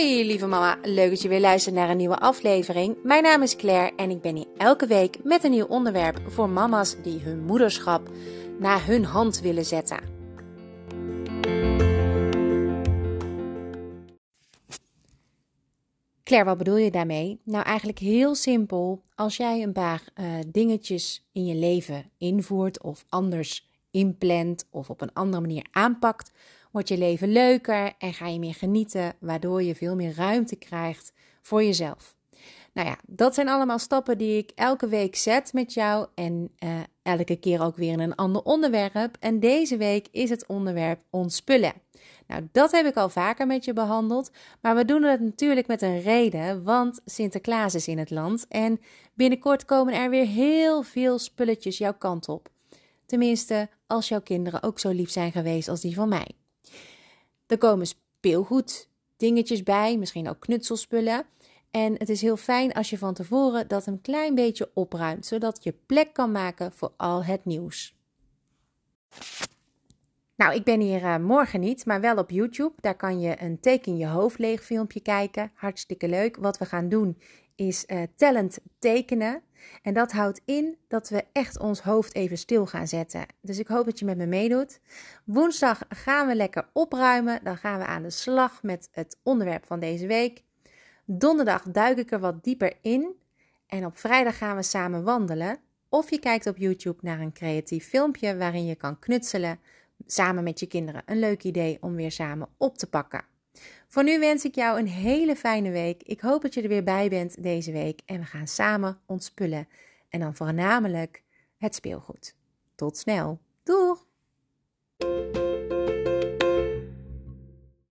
Hey lieve mama, leuk dat je weer luistert naar een nieuwe aflevering. Mijn naam is Claire en ik ben hier elke week met een nieuw onderwerp voor mama's die hun moederschap naar hun hand willen zetten. Claire, wat bedoel je daarmee? Nou, eigenlijk heel simpel. Als jij een paar dingetjes in je leven invoert of anders inplant of op een andere manier aanpakt, wordt je leven leuker en ga je meer genieten, waardoor je veel meer ruimte krijgt voor jezelf. Nou ja, dat zijn allemaal stappen die ik elke week zet met jou en elke keer ook weer in een ander onderwerp. En deze week is het onderwerp ontspullen. Nou, dat heb ik al vaker met je behandeld, maar we doen het natuurlijk met een reden, want Sinterklaas is in het land en binnenkort komen er weer heel veel spulletjes jouw kant op. Tenminste, als jouw kinderen ook zo lief zijn geweest als die van mij. Er komen speelgoed dingetjes bij, misschien ook knutselspullen. En het is heel fijn als je van tevoren dat een klein beetje opruimt, zodat je plek kan maken voor al het nieuws. Nou, ik ben hier morgen niet, maar wel op YouTube. Daar kan je een teken je hoofd leeg filmpje kijken. Hartstikke leuk. Wat we gaan doen is tellend tekenen. En dat houdt in dat we echt ons hoofd even stil gaan zetten. Dus ik hoop dat je met me meedoet. Woensdag gaan we lekker opruimen. Dan gaan we aan de slag met het onderwerp van deze week. Donderdag duik ik er wat dieper in. En op vrijdag gaan we samen wandelen. Of je kijkt op YouTube naar een creatief filmpje waarin je kan knutselen samen met je kinderen. Een leuk idee om weer samen op te pakken. Voor nu wens ik jou een hele fijne week. Ik hoop dat je er weer bij bent deze week. En we gaan samen ontspullen. En dan voornamelijk het speelgoed. Tot snel. Doeg!